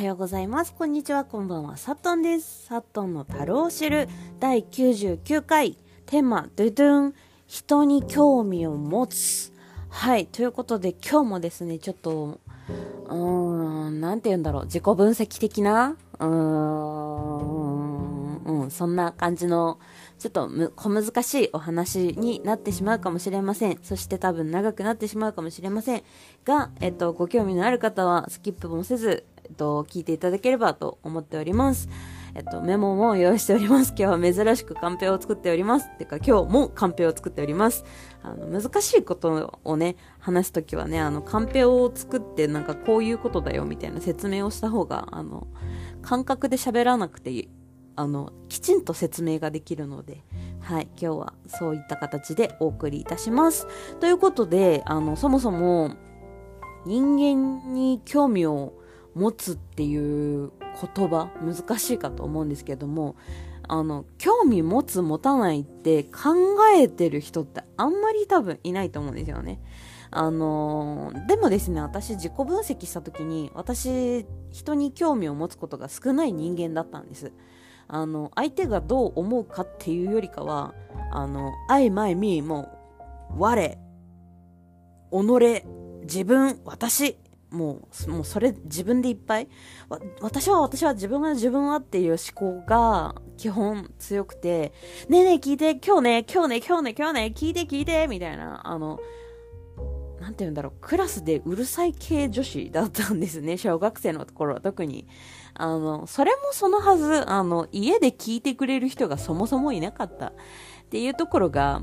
ようございます。こんにちは、こんばんは。サットンです。サットンの樽を知る第99回テーマ、ドゥドゥン、人に興味を持つ。はい、ということで今日もですね、ちょっと、なんて言うんだろう、自己分析的な、そんな感じの、ちょっと小難しいお話になってしまうかもしれません。そして多分長くなってしまうかもしれません。が、ご興味のある方はスキップもせず、聞いていただければと思っております。メモも用意しております。今日は珍しくカンペを作っております。てか今日もカンペを作っております。難しいことをね、話すときはね、カンペを作ってなんかこういうことだよみたいな説明をした方が、感覚で喋らなくていい。きちんと説明ができるので、はい、今日はそういった形でお送りいたします。ということで、そもそも人間に興味を持つっていう言葉、難しいかと思うんですけども、興味持つ持たないって考えてる人ってあんまり多分いないと思うんですよね。でもですね、私自己分析した時に、私人に興味を持つことが少ない人間だったんです。相手がどう思うかっていうよりかは、I, my, me もう我、己、自分、私、もうそれ自分でいっぱい。私は自分はっていう思考が基本強くて、ねえねえ聞いて、今日ね、聞いて、みたいな、なんて言うんだろう、クラスでうるさい系女子だったんですね、小学生の頃は特に。それもそのはず、家で聞いてくれる人がそもそもいなかったっていうところが、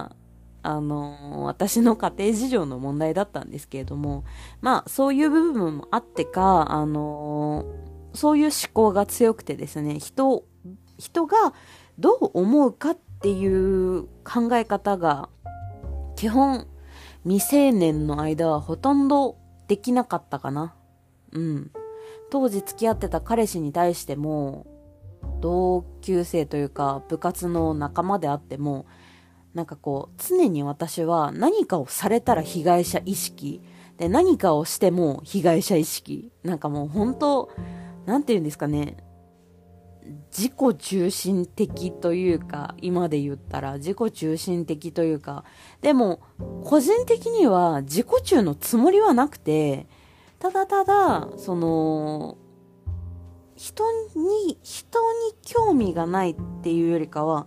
私の家庭事情の問題だったんですけれども、そういう部分もあってか、そういう思考が強くてですね、人がどう思うかっていう考え方が、基本、未成年の間はほとんどできなかったかな。当時付き合ってた彼氏に対しても、同級生というか部活の仲間であっても、なんかこう、常に私は何かをされたら被害者意識で、何かをしても被害者意識。なんかもう本当、なんて言うんですかね。自己中心的というか、今で言ったら自己中心的というか、でも個人的には自己中のつもりはなくて、ただただその人に興味がないっていうよりかは、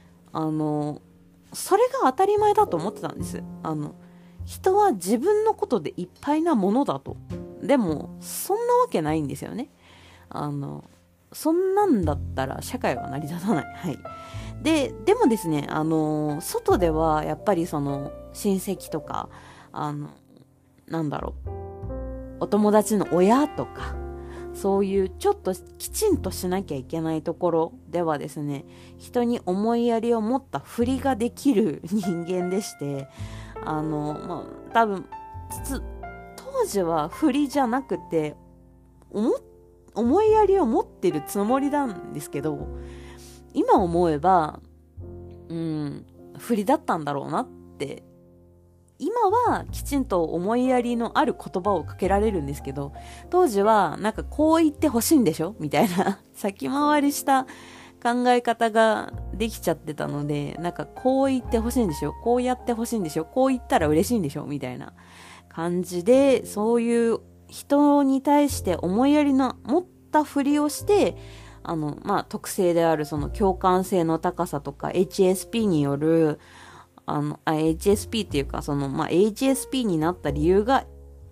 それが当たり前だと思ってたんです。人は自分のことでいっぱいなものだと。でもそんなわけないんですよね。そんなんだったら社会は成り立たない。はい。でもですね、外ではやっぱりその親戚とか、なんだろう、お友達の親とか、そういうちょっときちんとしなきゃいけないところではですね、人に思いやりを持ったふりができる人間でして、多分、当時はふりじゃなくて、思いやりを持ってるつもりなんですけど、今思えば、不利だったんだろうなって。今はきちんと思いやりのある言葉をかけられるんですけど、当時はなんかこう言ってほしいんでしょみたいな先回りした考え方ができちゃってたので、なんかこう言ってほしいんでしょ、こうやってほしいんでしょ、こう言ったら嬉しいんでしょみたいな感じで、そういう人に対して思いやりの持ったふりをして、特性であるその共感性の高さとか HSP による、HSP っていうか、HSP になった理由が、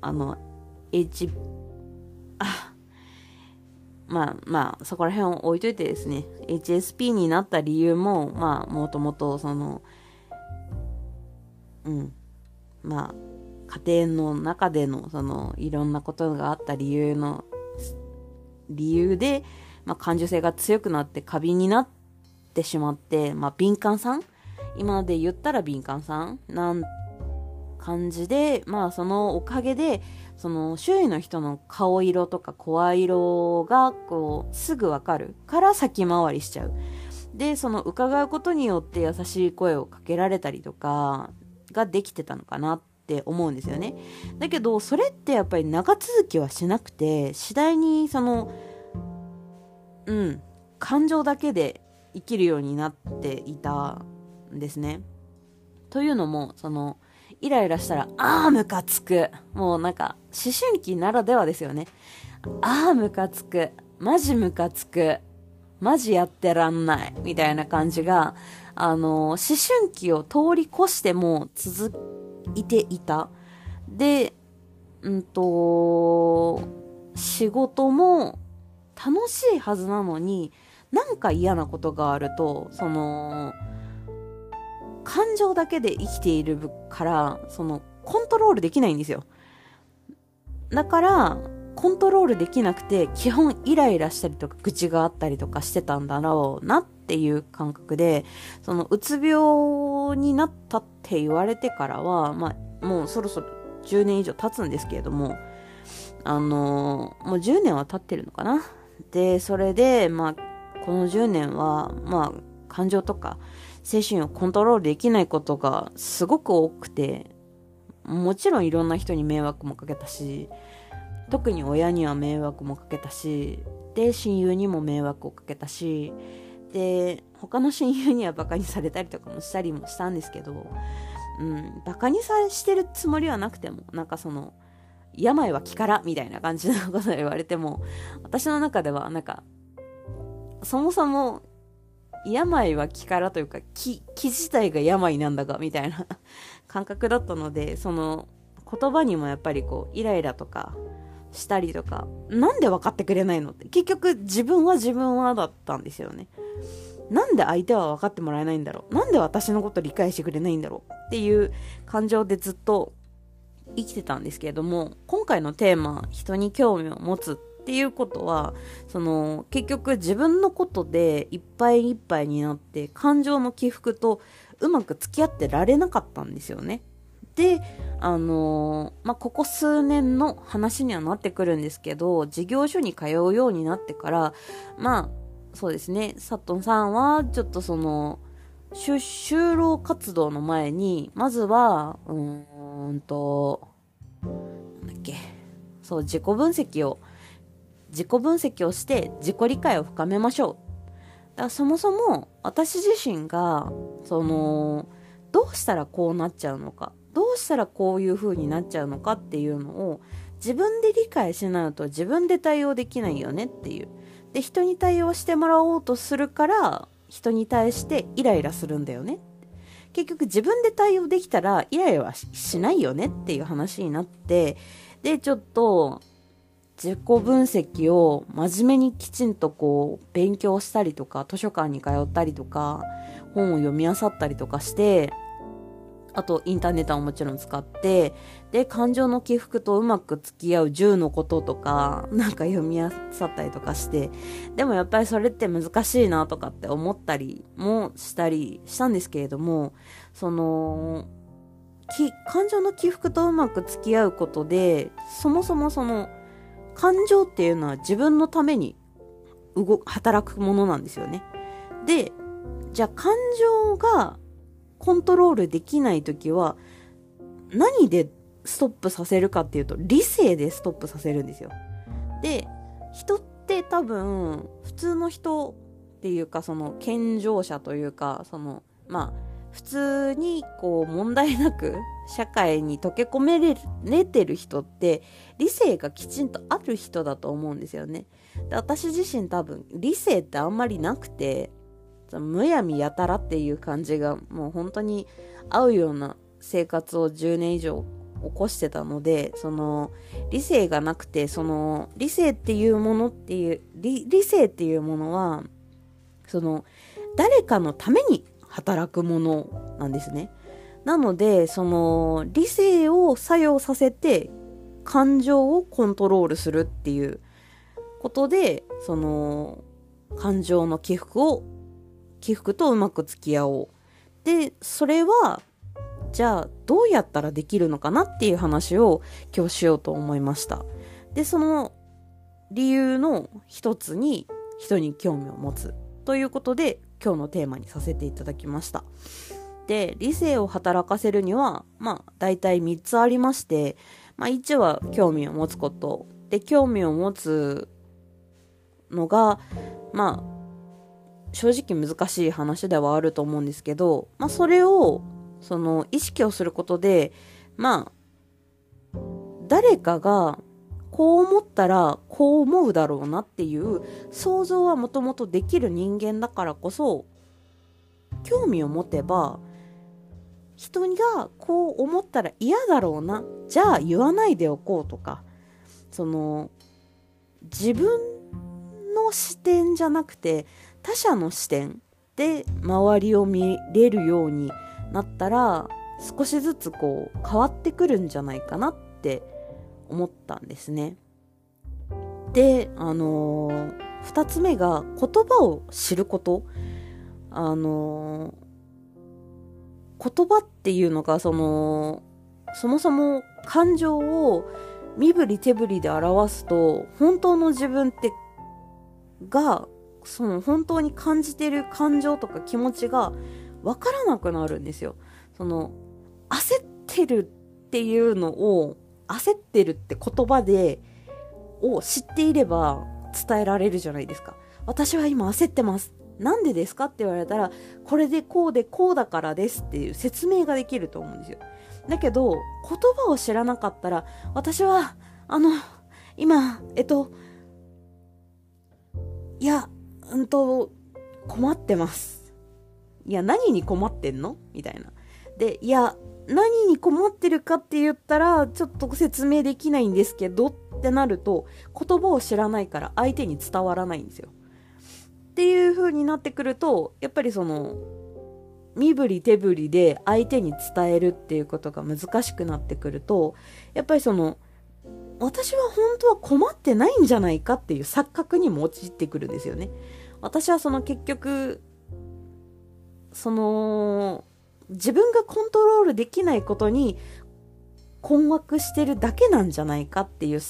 そこら辺を置いといてですね、HSP になった理由も、もともと家庭の中でのいろんなことがあった理由で、感受性が強くなって過敏になってしまって、敏感さん、今で言ったら敏感さんなん感じで、そのおかげでその周囲の人の顔色とか声色がこうすぐわかるから先回りしちゃう。で、その伺うことによって優しい声をかけられたりとかができてたのかなっって思うんですよね。だけどそれってやっぱり長続きはしなくて、次第にその感情だけで生きるようになっていたんですね。というのも、そのイライラしたらムカつく、もうなんか思春期ならではですよね。ムカつく、マジムカつく、マジやってらんないみたいな感じが思春期を通り越しても続いていた。で仕事も楽しいはずなのに、なんか嫌なことがあると、その感情だけで生きているから、そのコントロールできないんですよ。だからコントロールできなくて、基本イライラしたりとか愚痴があったりとかしてたんだろうなっていう感覚で、そのうつ病になったって言われてからは、もうそろそろ10年以上経つんですけれども、もう10年は経ってるのかな。でそれでこの10年は感情とか精神をコントロールできないことがすごく多くて、もちろんいろんな人に迷惑もかけたし、特に親には迷惑もかけたし、で親友にも迷惑をかけたし、で他の親友にはバカにされたりとかもしたりもしたんですけど、バカにしてるつもりはなくても、なんかその病は気からみたいな感じのことを言われても、私の中ではなんかそもそも病は気からというか、気自体が病なんだがみたいな感覚だったので、その言葉にもやっぱりこうイライラとかしたりとか、なんで分かってくれないのって、結局自分はだったんですよね。なんで相手は分かってもらえないんだろう、なんで私のこと理解してくれないんだろうっていう感情でずっと生きてたんですけれども、今回のテーマ、人に興味を持つっていうことは、その結局自分のことでいっぱいいっぱいになって、感情の起伏とうまく付き合ってられなかったんですよね。でここ数年の話にはなってくるんですけど、事業所に通うようになってから、そうですね、サットンさんはちょっとその就労活動の前に、まずはなんだっけ、そう自己分析をして自己理解を深めましょう。だからそもそも私自身がそのどうしたらこうなっちゃうのか、どうしたらこういう風になっちゃうのかっていうのを自分で理解しないと自分で対応できないよねっていう。で人に対応してもらおうとするから人に対してイライラするんだよね。結局自分で対応できたらイライラは しないよねっていう話になって、でちょっと自己分析を真面目にきちんとこう勉強したりとか、図書館に通ったりとか、本を読み漁ったりとかして、あとインターネットはもちろん使って、で感情の起伏とうまく付き合う10のこととかなんか読み漁ったりとかして、でもやっぱりそれって難しいなとかって思ったりもしたんですけれども、その感情の起伏とうまく付き合うことで、そもそもその感情っていうのは自分のために働くものなんですよね。でじゃあ感情がコントロールできないときは何でストップさせるかっていうと、理性でストップさせるんですよ。で人って多分普通の人っていうか、その健常者というか、その普通にこう問題なく社会に溶け込めれてる人って理性がきちんとある人だと思うんですよね。で私自身多分理性ってあんまりなくて、むやみやたらっていう感じがもう本当に合うような生活を10年以上起こしてたので、その理性がなくて、その理性っていうものはその誰かのために働くものなんですね。なのでその理性を作用させて感情をコントロールするっていうことで、その感情の起伏とうまく付き合おう。でそれはじゃあどうやったらできるのかなっていう話を今日しようと思いました。でその理由の一つに人に興味を持つということで今日のテーマにさせていただきました。 で、理性を働かせるには、大体3つありまして、1は興味を持つこと。で、興味を持つのが、正直難しい話ではあると思うんですけど、それを、意識をすることで、誰かがこう思ったらこう思うだろうなっていう想像はもともとできる人間だからこそ、興味を持てば人がこう思ったら嫌だろうな、じゃあ言わないでおこうとか、自分の視点じゃなくて他者の視点で周りを見れるようになったら、少しずつ変わってくるんじゃないかなって思ったんですね。で、2つ目が言葉を知ること。言葉っていうのがそもそも感情を身振り手振りで表すと、本当の自分ってが本当に感じてる感情とか気持ちがわからなくなるんですよ。焦ってるっていうのを、焦ってるって言葉を知っていれば伝えられるじゃないですか。私は今焦ってます。なんでですかって言われたら、これでこうでこうだからですっていう説明ができると思うんですよ。だけど言葉を知らなかったら、私は今困ってます。いや、何に困ってんのみたいな。で、いや、何に困ってるかって言ったらちょっと説明できないんですけどってなると、言葉を知らないから相手に伝わらないんですよ。っていう風になってくると、やっぱり身振り手振りで相手に伝えるっていうことが難しくなってくると、やっぱり私は本当は困ってないんじゃないかっていう錯覚にも陥ってくるんですよね。私は結局自分がコントロールできないことに困惑してるだけなんじゃないかっていう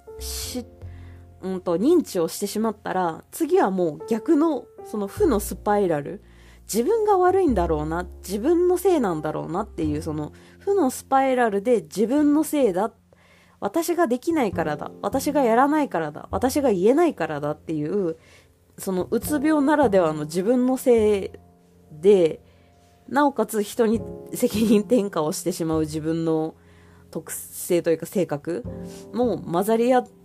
認知をしてしまったら、次はもう逆の負のスパイラル、自分が悪いんだろうな、自分のせいなんだろうなっていう負のスパイラルで、自分のせいだ、私ができないからだ、私がやらないからだ、私が言えないからだっていう、うつ病ならではの自分のせいで、なおかつ人に責任転嫁をしてしまう自分の特性というか性格も混ざり合って、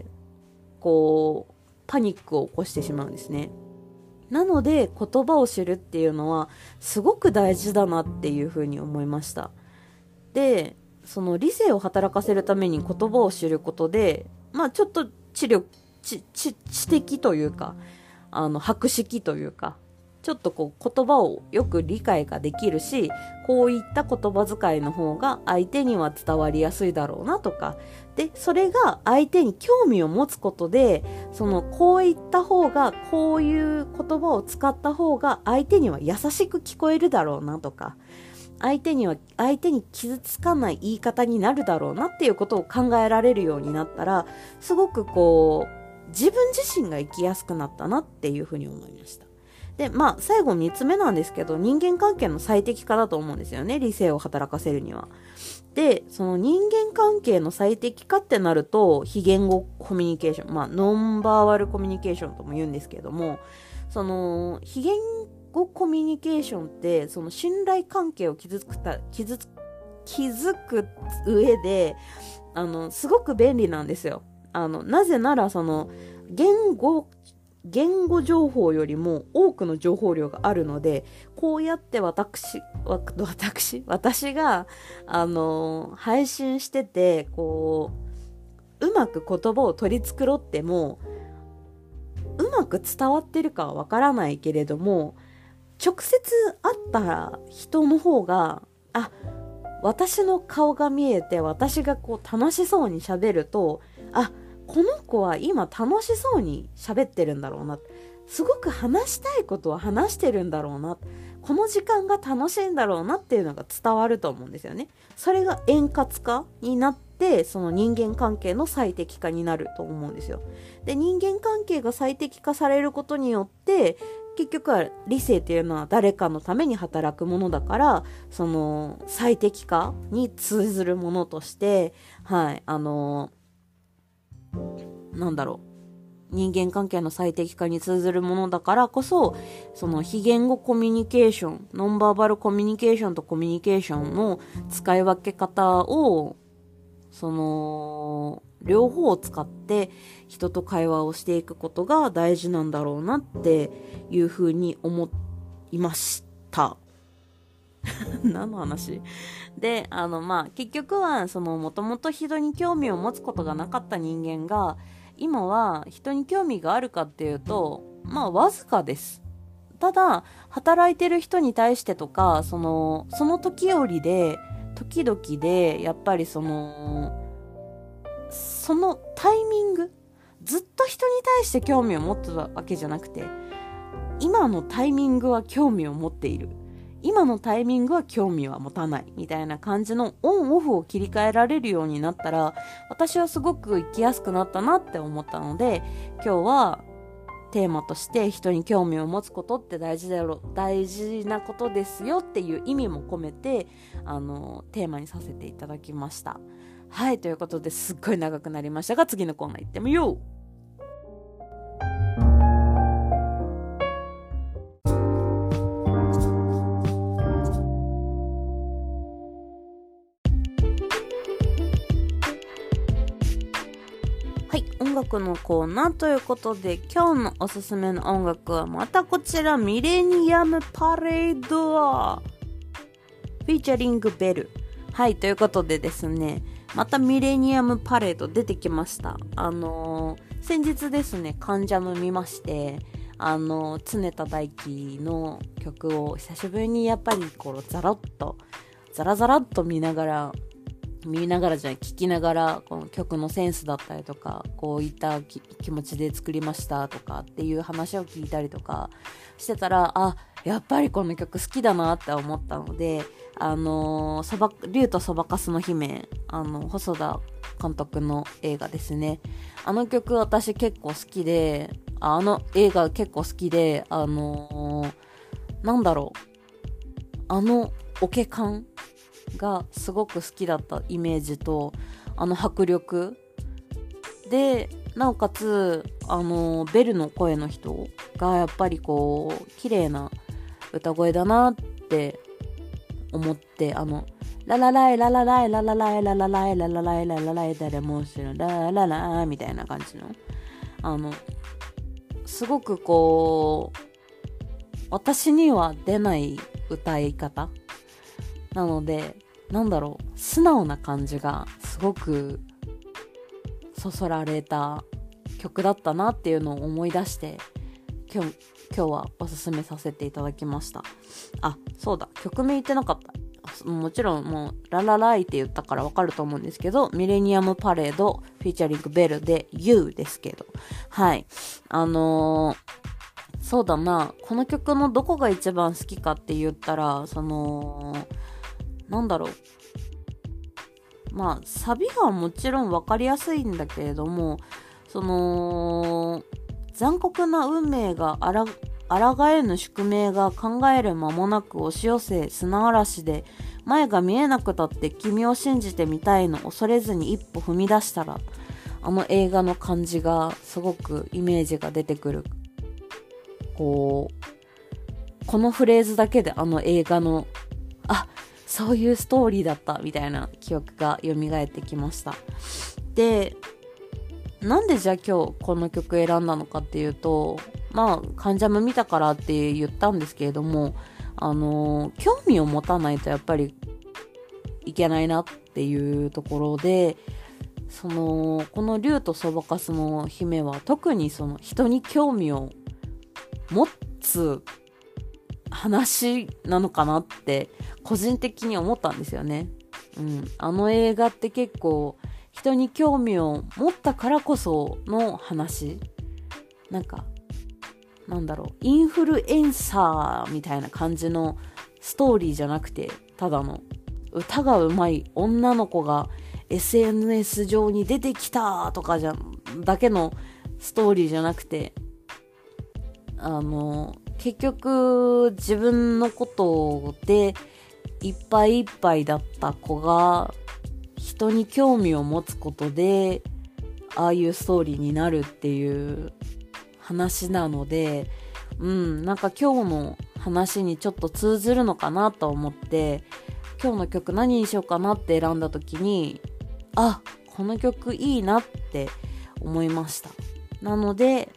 パニックを起こしてしまうんですね。なので言葉を知るっていうのはすごく大事だなっていうふうに思いました。で、理性を働かせるために言葉を知ることで、ちょっと知的というか、博識というか、ちょっと言葉をよく理解ができるし、こういった言葉遣いの方が相手には伝わりやすいだろうなとか、で、それが相手に興味を持つことで、こういった方が、こういう言葉を使った方が相手には優しく聞こえるだろうなとか、相手に傷つかない言い方になるだろうなっていうことを考えられるようになったら、すごく自分自身が生きやすくなったなっていうふうに思いました。で、最後3つ目なんですけど、人間関係の最適化だと思うんですよね、理性を働かせるには。で、人間関係の最適化ってなると、非言語コミュニケーション、ノンバーバルコミュニケーションとも言うんですけども、非言語コミュニケーションって、信頼関係を築く上で、すごく便利なんですよ。なぜなら、言語情報よりも多くの情報量があるので、こうやって私が配信してて、うまく言葉を取り繕ってもうまく伝わってるかはわからないけれども、直接会った人の方が、私の顔が見えて、私が楽しそうに喋ると、この子は今楽しそうに喋ってるんだろうな、すごく話したいことは話してるんだろうな、この時間が楽しいんだろうなっていうのが伝わると思うんですよね。それが円滑化になって、人間関係の最適化になると思うんですよ。で、人間関係が最適化されることによって、 結局は理性っていうのは誰かのために働くものだから、その最適化に通ずるものとして、はい、なんだろう、人間関係の最適化に通ずるものだからこそ、その非言語コミュニケーション、ノンバーバルコミュニケーションとコミュニケーションの使い分け方を、その両方を使って人と会話をしていくことが大事なんだろうなっていうふうに思いました何の話で、結局はもともと人に興味を持つことがなかった人間が今は人に興味があるかっていうと、わずかです。ただ働いてる人に対してとか、その時々でやっぱりそのタイミング、ずっと人に対して興味を持ってたわけじゃなくて、今のタイミングは興味を持っている、今のタイミングは興味は持たないみたいな感じのオンオフを切り替えられるようになったら、私はすごく生きやすくなったなって思ったので、今日はテーマとして人に興味を持つことって大事なことですよっていう意味も込めてテーマにさせていただきました。はい、ということですっごい長くなりましたが、次のコーナー行ってみよう。はい、音楽のコーナーということで、今日のおすすめの音楽はまたこちら、ミレニアムパレードフィーチャリングベル。はい、ということでですね、またミレニアムパレード出てきました。先日ですね、関ジャム見まして、常田大輝の曲を久しぶりにやっぱりザラザラっと聞きながら、この曲のセンスだったりとか、こういった気持ちで作りましたとかっていう話を聞いたりとかしてたら、やっぱりこの曲好きだなって思ったので、竜とそばかすの姫、細田監督の映画ですね。あの曲私結構好きで、あの映画結構好きで、なんだろう、オケ感がすごく好きだったイメージと、迫力で、なおかつベルの声の人がやっぱり綺麗な歌声だなって思って、ララライララライララライララライララライララライ誰も知らラララみたいな感じのすごく私には出ない歌い方なので、素直な感じがすごくそそられた曲だったなっていうのを思い出して、今日はおすすめさせていただきました。そうだ、曲名言ってなかった。もちろんもうララライって言ったからわかると思うんですけど、ミレニアムパレードフィーチャリングベルで You ですけど、はい、そうだな、この曲のどこが一番好きかって言ったら、サビがもちろん分かりやすいんだけれども、残酷な運命が抗えぬ宿命が考える間もなく押し寄せ、砂嵐で前が見えなくたって君を信じてみたいの恐れずに一歩踏み出したら、映画の感じがすごくイメージが出てくる。このフレーズだけで映画のそういうストーリーだったみたいな記憶が蘇ってきました。で、なんでじゃあ今日この曲選んだのかっていうと、関ジャム見たからって言ったんですけれども、興味を持たないとやっぱりいけないなっていうところで、この竜とそばかすの姫は特に人に興味を持つ話なのかなって個人的に思ったんですよね。映画って結構人に興味を持ったからこその話、インフルエンサーみたいな感じのストーリーじゃなくて、ただの歌がうまい女の子が SNS 上に出てきたとかだけのストーリーじゃなくて、 結局自分のことでいっぱいいっぱいだった子が人に興味を持つことでああいうストーリーになるっていう話なので、なんか今日の話にちょっと通ずるのかなと思って、今日の曲何にしようかなって選んだ時に、この曲いいなって思いました。なので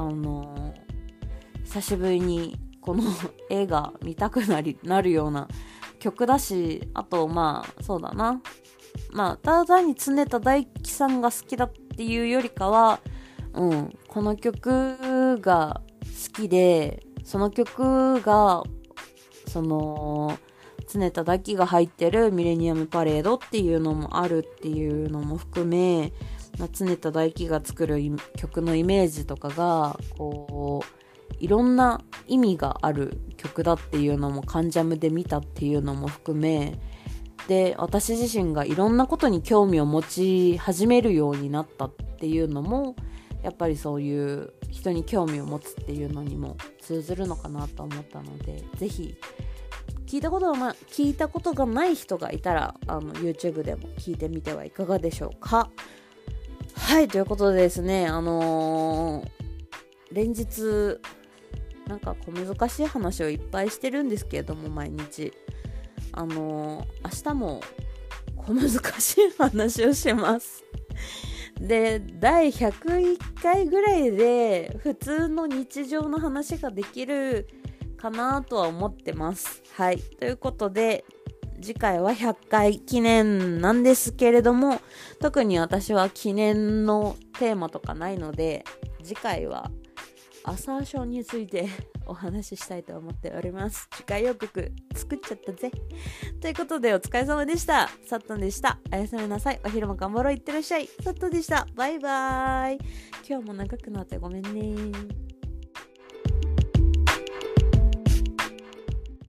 久しぶりにこの映画見たくなるような曲だし、あとそうだな、ただ単に常田大樹さんが好きだっていうよりかは、この曲が好きで、その曲が常田大樹が入ってるミレニアムパレードっていうのもあるっていうのも含め、常田大樹が作る曲のイメージとかがこういろんな意味がある曲だっていうのもカンジャムで見たっていうのも含めで、私自身がいろんなことに興味を持ち始めるようになったっていうのもやっぱりそういう人に興味を持つっていうのにも通ずるのかなと思ったので、ぜひ聞いたことがない人がいたらYouTube でも聞いてみてはいかがでしょうか。はい、ということでですね、連日なんか小難しい話をいっぱいしてるんですけれども、毎日明日も小難しい話をしますで、第101回ぐらいで普通の日常の話ができるかなとは思ってます。はい、ということで次回は100回記念なんですけれども、特に私は記念のテーマとかないので、次回はアサーションについてお話ししたいと思っております。次回予告作っちゃったぜ。ということでお疲れ様でした。さっとんでした。おやすみなさい。お昼も頑張ろう。いってらっしゃい。さっとんでした。バイバーイ。今日も長くなってごめんね。